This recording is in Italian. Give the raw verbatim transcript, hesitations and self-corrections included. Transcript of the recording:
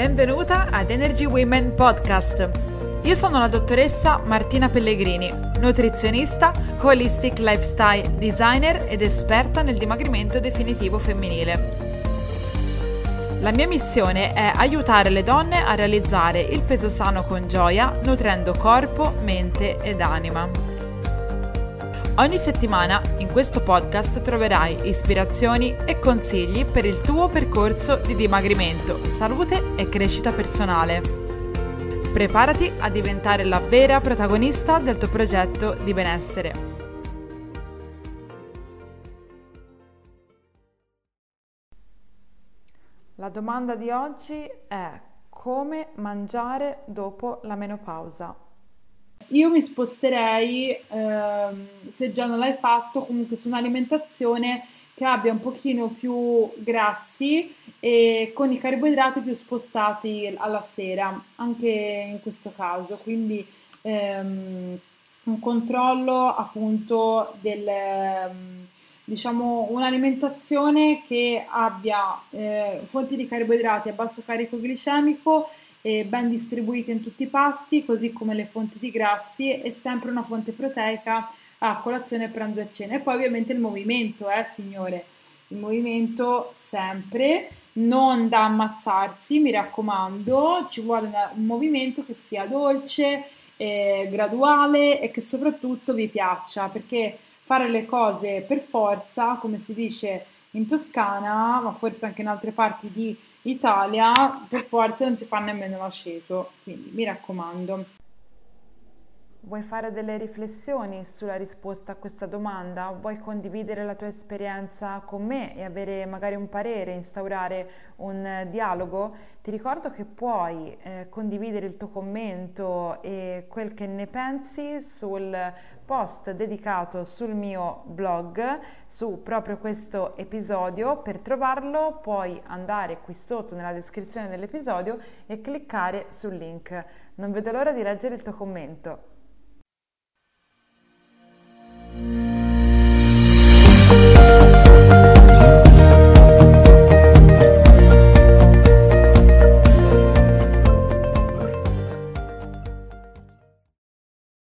Benvenuta ad Energy Women Podcast. Io sono la dottoressa Martina Pellegrini, nutrizionista, holistic lifestyle designer ed esperta nel dimagrimento definitivo femminile. La mia missione è aiutare le donne a realizzare il peso sano con gioia, nutrendo corpo, mente ed anima. Ogni settimana in questo podcast troverai ispirazioni e consigli per il tuo percorso di dimagrimento, salute e crescita personale. Preparati a diventare la vera protagonista del tuo progetto di benessere. La domanda di oggi è: come mangiare dopo la menopausa? Io mi sposterei, ehm, se già non l'hai fatto, comunque su un'alimentazione che abbia un pochino più grassi e con i carboidrati più spostati alla sera, anche in questo caso. Quindi ehm, un controllo appunto del, ehm, diciamo, un'alimentazione che abbia eh, fonti di carboidrati a basso carico glicemico e ben distribuite in tutti i pasti, così come le fonti di grassi, e sempre una fonte proteica a colazione, pranzo e cena. E poi ovviamente il movimento, eh signore, il movimento sempre, non da ammazzarsi, mi raccomando, ci vuole una, un movimento che sia dolce, eh, graduale e che soprattutto vi piaccia, perché fare le cose per forza, come si dice in Toscana, ma forse anche in altre parti di Italia, per forza non si fa nemmeno l'aceto, quindi mi raccomando. Vuoi fare delle riflessioni sulla risposta a questa domanda? Vuoi condividere la tua esperienza con me e avere magari un parere, instaurare un eh, dialogo? Ti ricordo che puoi eh, condividere il tuo commento e quel che ne pensi sul post dedicato sul mio blog su proprio questo episodio. Per trovarlo puoi andare qui sotto nella descrizione dell'episodio e cliccare sul link. Non vedo l'ora di leggere il tuo commento.